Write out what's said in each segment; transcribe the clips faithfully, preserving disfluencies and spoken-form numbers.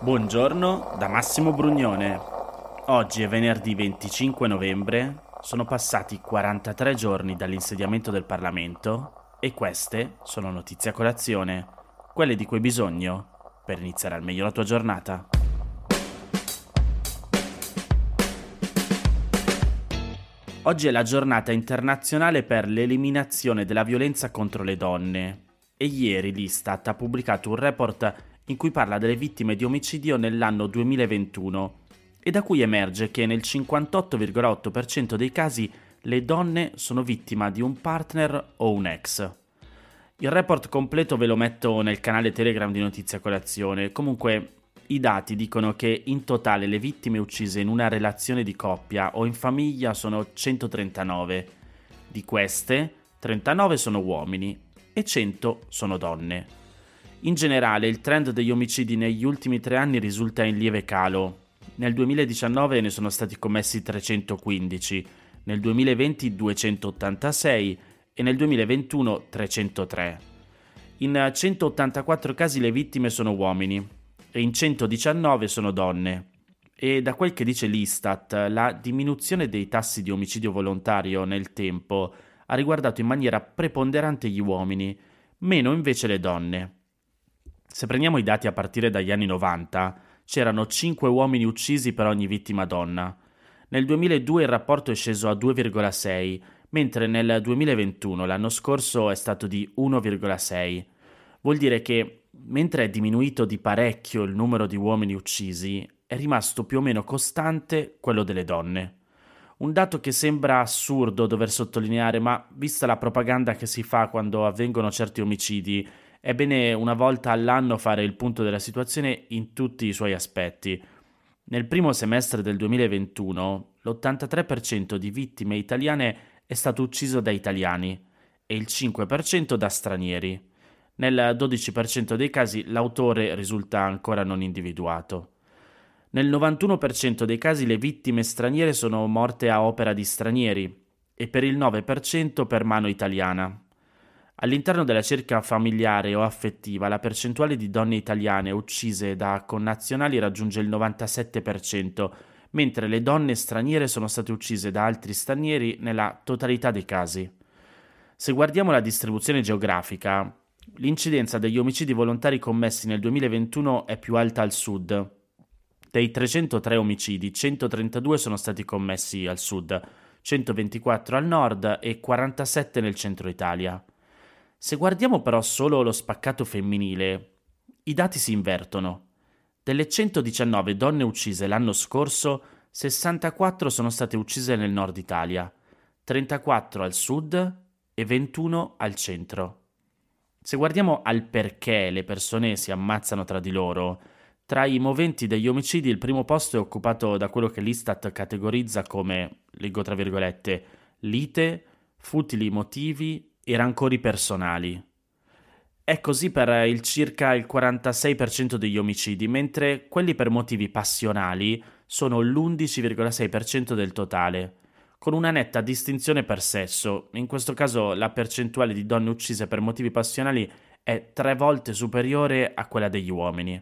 Buongiorno da Massimo Brugnone. Oggi è venerdì venticinque novembre, sono passati quarantatré giorni dall'insediamento del Parlamento e queste sono notizie a colazione, quelle di cui hai bisogno per iniziare al meglio la tua giornata. Oggi è la giornata internazionale per l'eliminazione della violenza contro le donne e ieri l'Istat ha pubblicato un report in cui parla delle vittime di omicidio nell'anno duemilaventuno e da cui emerge che nel cinquantotto virgola otto per cento dei casi le donne sono vittima di un partner o un ex. Il report completo ve lo metto nel canale Telegram di Notizie a Colazione. Comunque i dati dicono che in totale le vittime uccise in una relazione di coppia o in famiglia sono centotrentanove. Di queste, trentanove sono uomini e cento sono donne. In generale, il trend degli omicidi negli ultimi tre anni risulta in lieve calo. Nel duemiladiciannove ne sono stati commessi trecentoquindici, nel duemilaventi duecentottantasei e nel duemilaventuno trecentotré. In centottantaquattro casi le vittime sono uomini e in centodiciannove sono donne. E da quel che dice l'Istat, la diminuzione dei tassi di omicidio volontario nel tempo ha riguardato in maniera preponderante gli uomini, meno invece le donne. Se prendiamo i dati a partire dagli anni novanta, c'erano cinque uomini uccisi per ogni vittima donna. Nel duemiladue il rapporto è sceso a due virgola sei, mentre nel duemilaventuno, l'anno scorso, è stato di uno virgola sei. Vuol dire che, mentre è diminuito di parecchio il numero di uomini uccisi, è rimasto più o meno costante quello delle donne. Un dato che sembra assurdo dover sottolineare, ma vista la propaganda che si fa quando avvengono certi omicidi, è bene una volta all'anno fare il punto della situazione in tutti i suoi aspetti. Nel primo semestre del duemilaventuno, l'ottantatré per cento di vittime italiane è stato ucciso da italiani e il cinque per cento da stranieri. Nel dodici per cento dei casi l'autore risulta ancora non individuato. Nel novantuno per cento dei casi le vittime straniere sono morte a opera di stranieri e per il nove per cento per mano italiana. All'interno della cerchia familiare o affettiva la percentuale di donne italiane uccise da connazionali raggiunge il novantasette per cento, mentre le donne straniere sono state uccise da altri stranieri nella totalità dei casi. Se guardiamo la distribuzione geografica, l'incidenza degli omicidi volontari commessi nel duemilaventuno è più alta al sud. Dei trecentotré omicidi, centotrentadue sono stati commessi al sud, centoventiquattro al nord e quarantasette nel centro Italia. Se guardiamo però solo lo spaccato femminile, i dati si invertono. Delle centodiciannove donne uccise l'anno scorso, sessantaquattro sono state uccise nel nord Italia, trentaquattro al sud e ventuno al centro. Se guardiamo al perché le persone si ammazzano tra di loro, tra i moventi degli omicidi il primo posto è occupato da quello che l'Istat categorizza come, leggo tra virgolette, lite, futili motivi e rancori personali. È così per il circa il quarantasei per cento degli omicidi, mentre quelli per motivi passionali sono l'undici virgola sei per cento del totale, con una netta distinzione per sesso. In questo caso la percentuale di donne uccise per motivi passionali è tre volte superiore a quella degli uomini.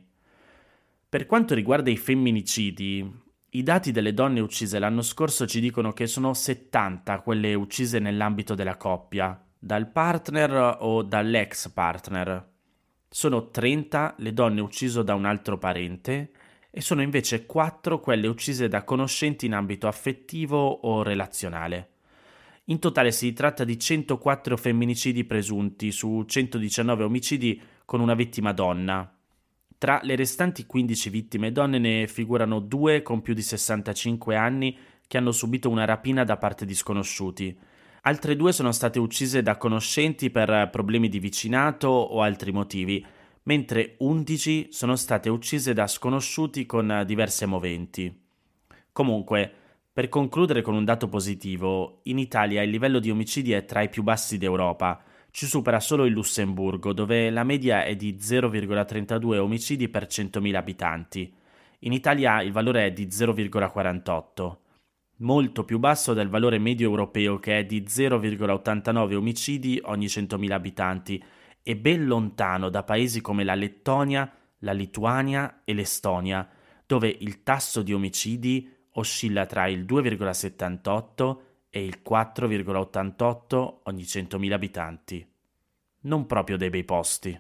Per quanto riguarda i femminicidi, i dati delle donne uccise l'anno scorso ci dicono che sono settanta quelle uccise nell'ambito della coppia, dal partner o dall'ex partner. Sono trenta le donne uccise da un altro parente e sono invece quattro quelle uccise da conoscenti in ambito affettivo o relazionale. In totale si tratta di centoquattro femminicidi presunti su centodiciannove omicidi con una vittima donna. Tra le restanti quindici vittime donne ne figurano due con più di sessantacinque anni che hanno subito una rapina da parte di sconosciuti. Altre due sono state uccise da conoscenti per problemi di vicinato o altri motivi, mentre undici sono state uccise da sconosciuti con diverse moventi. Comunque, per concludere con un dato positivo, in Italia il livello di omicidi è tra i più bassi d'Europa. Ci supera solo il Lussemburgo, dove la media è di zero virgola trentadue omicidi per centomila abitanti. In Italia il valore è di zero virgola quarantotto. Molto più basso del valore medio europeo che è di zero virgola ottantanove omicidi ogni centomila abitanti e ben lontano da paesi come la Lettonia la Lituania e l'Estonia, dove il tasso di omicidi oscilla tra il due virgola settantotto e il quattro virgola ottantotto ogni centomila abitanti. Non proprio dei bei posti.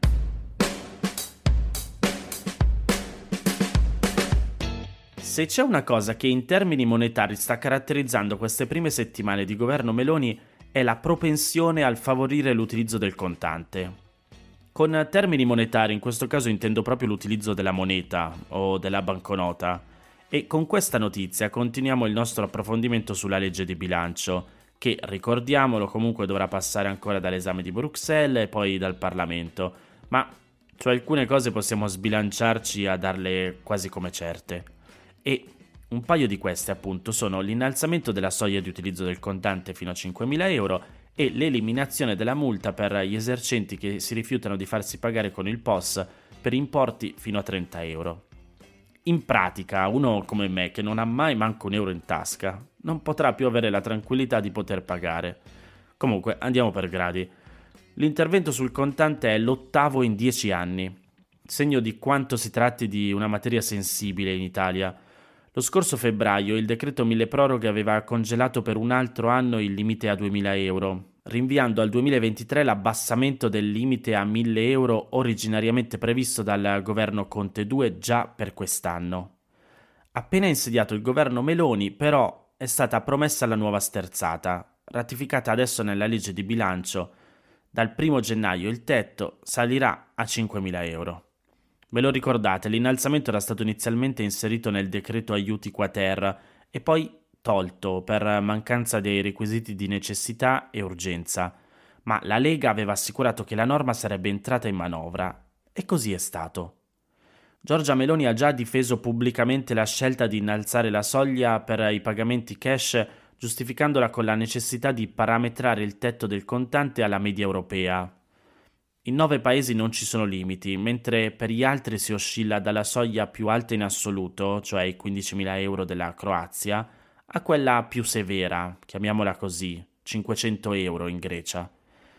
Se c'è una cosa che in termini monetari sta caratterizzando queste prime settimane di governo Meloni è la propensione al favorire l'utilizzo del contante. Con termini monetari in questo caso intendo proprio l'utilizzo della moneta o della banconota. E con questa notizia continuiamo il nostro approfondimento sulla legge di bilancio, che, ricordiamolo, comunque dovrà passare ancora dall'esame di Bruxelles e poi dal Parlamento, ma su alcune cose possiamo sbilanciarci a darle quasi come certe. E un paio di queste, appunto, sono l'innalzamento della soglia di utilizzo del contante fino a cinquemila euro e l'eliminazione della multa per gli esercenti che si rifiutano di farsi pagare con il P O S per importi fino a trenta euro. In pratica, uno come me, che non ha mai manco un euro in tasca, non potrà più avere la tranquillità di poter pagare. Comunque, andiamo per gradi. L'intervento sul contante è l'ottavo in dieci anni, segno di quanto si tratti di una materia sensibile in Italia. Lo scorso febbraio il decreto milleproroghe aveva congelato per un altro anno il limite a duemila euro, rinviando al duemilaventitré l'abbassamento del limite a mille euro originariamente previsto dal governo Conte due già per quest'anno. Appena insediato il governo Meloni, però, è stata promessa la nuova sterzata, ratificata adesso nella legge di bilancio. Dal primo gennaio il tetto salirà a cinquemila euro. Ve lo ricordate, l'innalzamento era stato inizialmente inserito nel decreto aiuti quater e poi tolto per mancanza dei requisiti di necessità e urgenza, ma la Lega aveva assicurato che la norma sarebbe entrata in manovra e così è stato. Giorgia Meloni ha già difeso pubblicamente la scelta di innalzare la soglia per i pagamenti cash, giustificandola con la necessità di parametrare il tetto del contante alla media europea. In nove paesi non ci sono limiti, mentre per gli altri si oscilla dalla soglia più alta in assoluto, cioè i quindicimila euro della Croazia, a quella più severa, chiamiamola così, cinquecento euro in Grecia.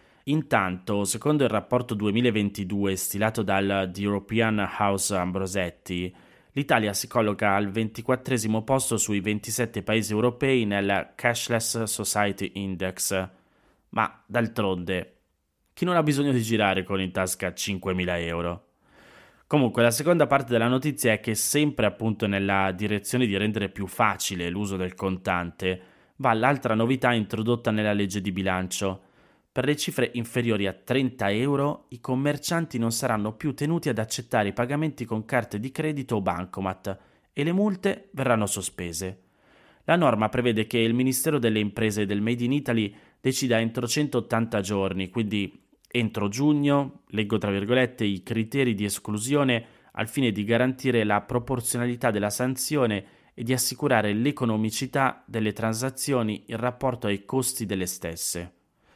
Intanto, secondo il rapporto duemilaventidue stilato dal The European House Ambrosetti, l'Italia si colloca al ventiquattresimo posto sui ventisette paesi europei nel Cashless Society Index. Ma, d'altronde, chi non ha bisogno di girare con in tasca cinquemila euro? Comunque, la seconda parte della notizia è che sempre appunto nella direzione di rendere più facile l'uso del contante va l'altra novità introdotta nella legge di bilancio. Per le cifre inferiori a trenta euro i commercianti non saranno più tenuti ad accettare i pagamenti con carte di credito o bancomat e le multe verranno sospese. La norma prevede che il Ministero delle Imprese e del Made in Italy decida entro centottanta giorni, quindi entro giugno, leggo tra virgolette, i criteri di esclusione al fine di garantire la proporzionalità della sanzione e di assicurare l'economicità delle transazioni in rapporto ai costi delle stesse.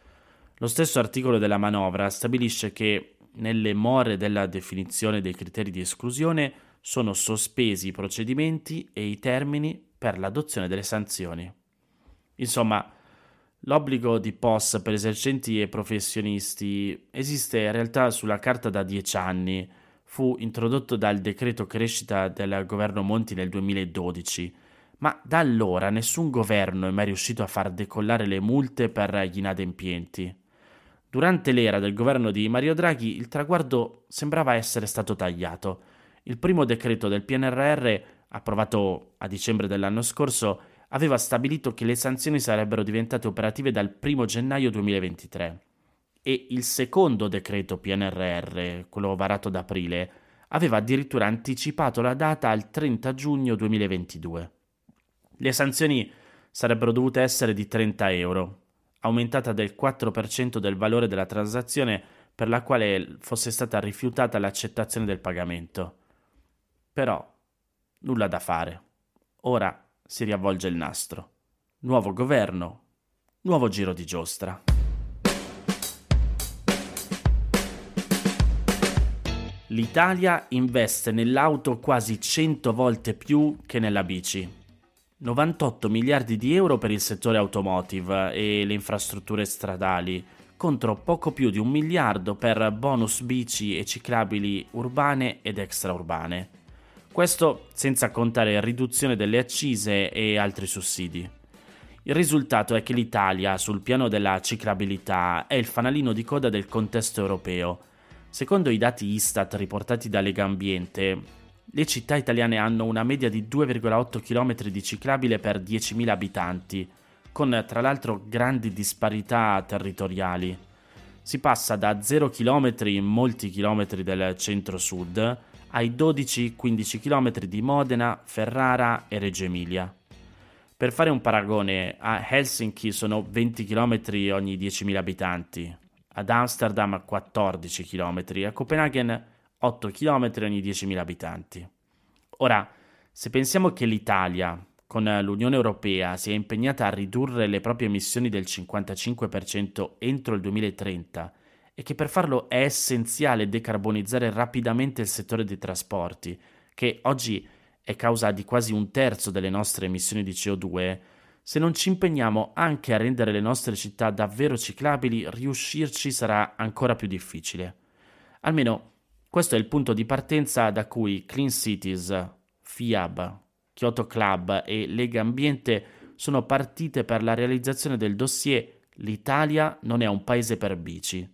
Lo stesso articolo della manovra stabilisce che nelle more della definizione dei criteri di esclusione sono sospesi i procedimenti e i termini per l'adozione delle sanzioni. Insomma, l'obbligo di P O S per esercenti e professionisti esiste in realtà sulla carta da dieci anni, fu introdotto dal decreto crescita del governo Monti nel duemiladodici, ma da allora nessun governo è mai riuscito a far decollare le multe per gli inadempienti. Durante l'era del governo di Mario Draghi il traguardo sembrava essere stato tagliato. Il primo decreto del P N R R, approvato a dicembre dell'anno scorso, aveva stabilito che le sanzioni sarebbero diventate operative dal primo gennaio duemilaventitré e il secondo decreto P N R R, quello varato ad aprile, aveva addirittura anticipato la data al trenta giugno duemilaventidue. Le sanzioni sarebbero dovute essere di trenta euro, aumentata del quattro per cento del valore della transazione per la quale fosse stata rifiutata l'accettazione del pagamento. Però nulla da fare. Ora si riavvolge il nastro. Nuovo governo, nuovo giro di giostra. L'Italia investe nell'auto quasi cento volte più che nella bici. novantotto miliardi di euro per il settore automotive e le infrastrutture stradali, contro poco più di un miliardo per bonus bici e ciclabili urbane ed extraurbane. Questo senza contare riduzione delle accise e altri sussidi. Il risultato è che l'Italia, sul piano della ciclabilità, è il fanalino di coda del contesto europeo. Secondo i dati Istat riportati da Legambiente, le città italiane hanno una media di due virgola otto chilometri di ciclabile per diecimila abitanti, con tra l'altro grandi disparità territoriali. Si passa da zero chilometri in molti chilometri del centro-sud ai dodici quindici chilometri di Modena, Ferrara e Reggio Emilia. Per fare un paragone, a Helsinki sono venti chilometri ogni diecimila abitanti, ad Amsterdam quattordici chilometri, a Copenaghen otto chilometri ogni diecimila abitanti. Ora, se pensiamo che l'Italia, con l'Unione Europea, si è impegnata a ridurre le proprie emissioni del cinquantacinque per cento entro il duemilatrenta e che per farlo è essenziale decarbonizzare rapidamente il settore dei trasporti, che oggi è causa di quasi un terzo delle nostre emissioni di C O due, se non ci impegniamo anche a rendere le nostre città davvero ciclabili, riuscirci sarà ancora più difficile. Almeno questo è il punto di partenza da cui Clean Cities, FIAB, Kyoto Club e Lega Ambiente sono partite per la realizzazione del dossier L'Italia non è un paese per bici.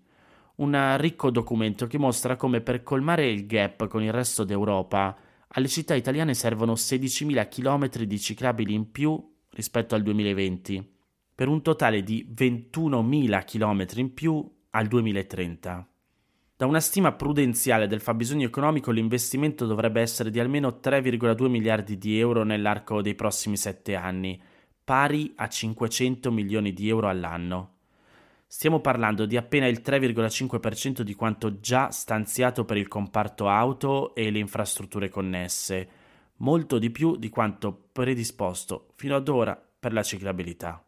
Un ricco documento che mostra come per colmare il gap con il resto d'Europa alle città italiane servono sedicimila chilometri di ciclabili in più rispetto al duemilaventi, per un totale di ventunomila chilometri in più al duemilatrenta. Da una stima prudenziale del fabbisogno economico, l'investimento dovrebbe essere di almeno tre virgola due miliardi di euro nell'arco dei prossimi sette anni, pari a cinquecento milioni di euro all'anno. Stiamo parlando di appena il tre virgola cinque per cento di quanto già stanziato per il comparto auto e le infrastrutture connesse, molto di più di quanto predisposto fino ad ora per la ciclabilità.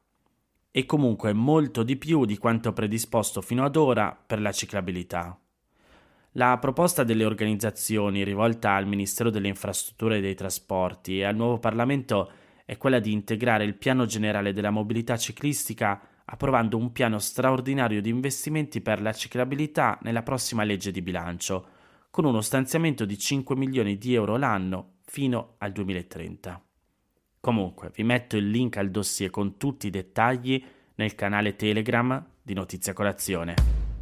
E comunque molto di più di quanto predisposto fino ad ora per la ciclabilità. La proposta delle organizzazioni rivolta al Ministero delle Infrastrutture e dei Trasporti e al nuovo Parlamento è quella di integrare il Piano Generale della Mobilità Ciclistica approvando un piano straordinario di investimenti per la ciclabilità nella prossima legge di bilancio, con uno stanziamento di cinque milioni di euro l'anno fino al duemilatrenta. Comunque, vi metto il link al dossier con tutti i dettagli nel canale Telegram di Notizia Colazione.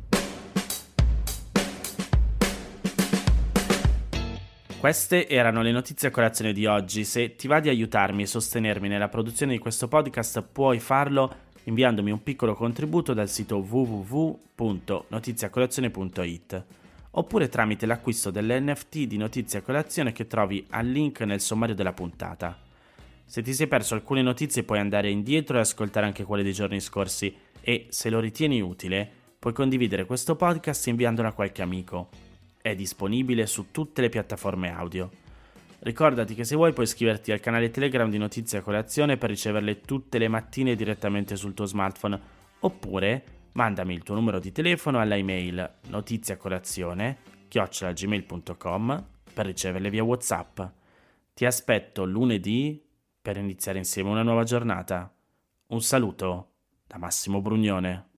Queste erano le notizie a colazione di oggi. Se ti va di aiutarmi e sostenermi nella produzione di questo podcast, puoi farlo inviandomi un piccolo contributo dal sito w w w punto notiziacolazione punto i t oppure tramite l'acquisto dell'N F T di Notizia Colazione che trovi al link nel sommario della puntata. Se ti sei perso alcune notizie puoi andare indietro e ascoltare anche quelle dei giorni scorsi e, se lo ritieni utile, puoi condividere questo podcast inviandolo a qualche amico. È disponibile su tutte le piattaforme audio. Ricordati che se vuoi puoi iscriverti al canale Telegram di Notizia Colazione per riceverle tutte le mattine direttamente sul tuo smartphone, oppure mandami il tuo numero di telefono alla email notiziacolazione chiocciola gmail punto com per riceverle via WhatsApp. Ti aspetto lunedì per iniziare insieme una nuova giornata. Un saluto da Massimo Brugnone.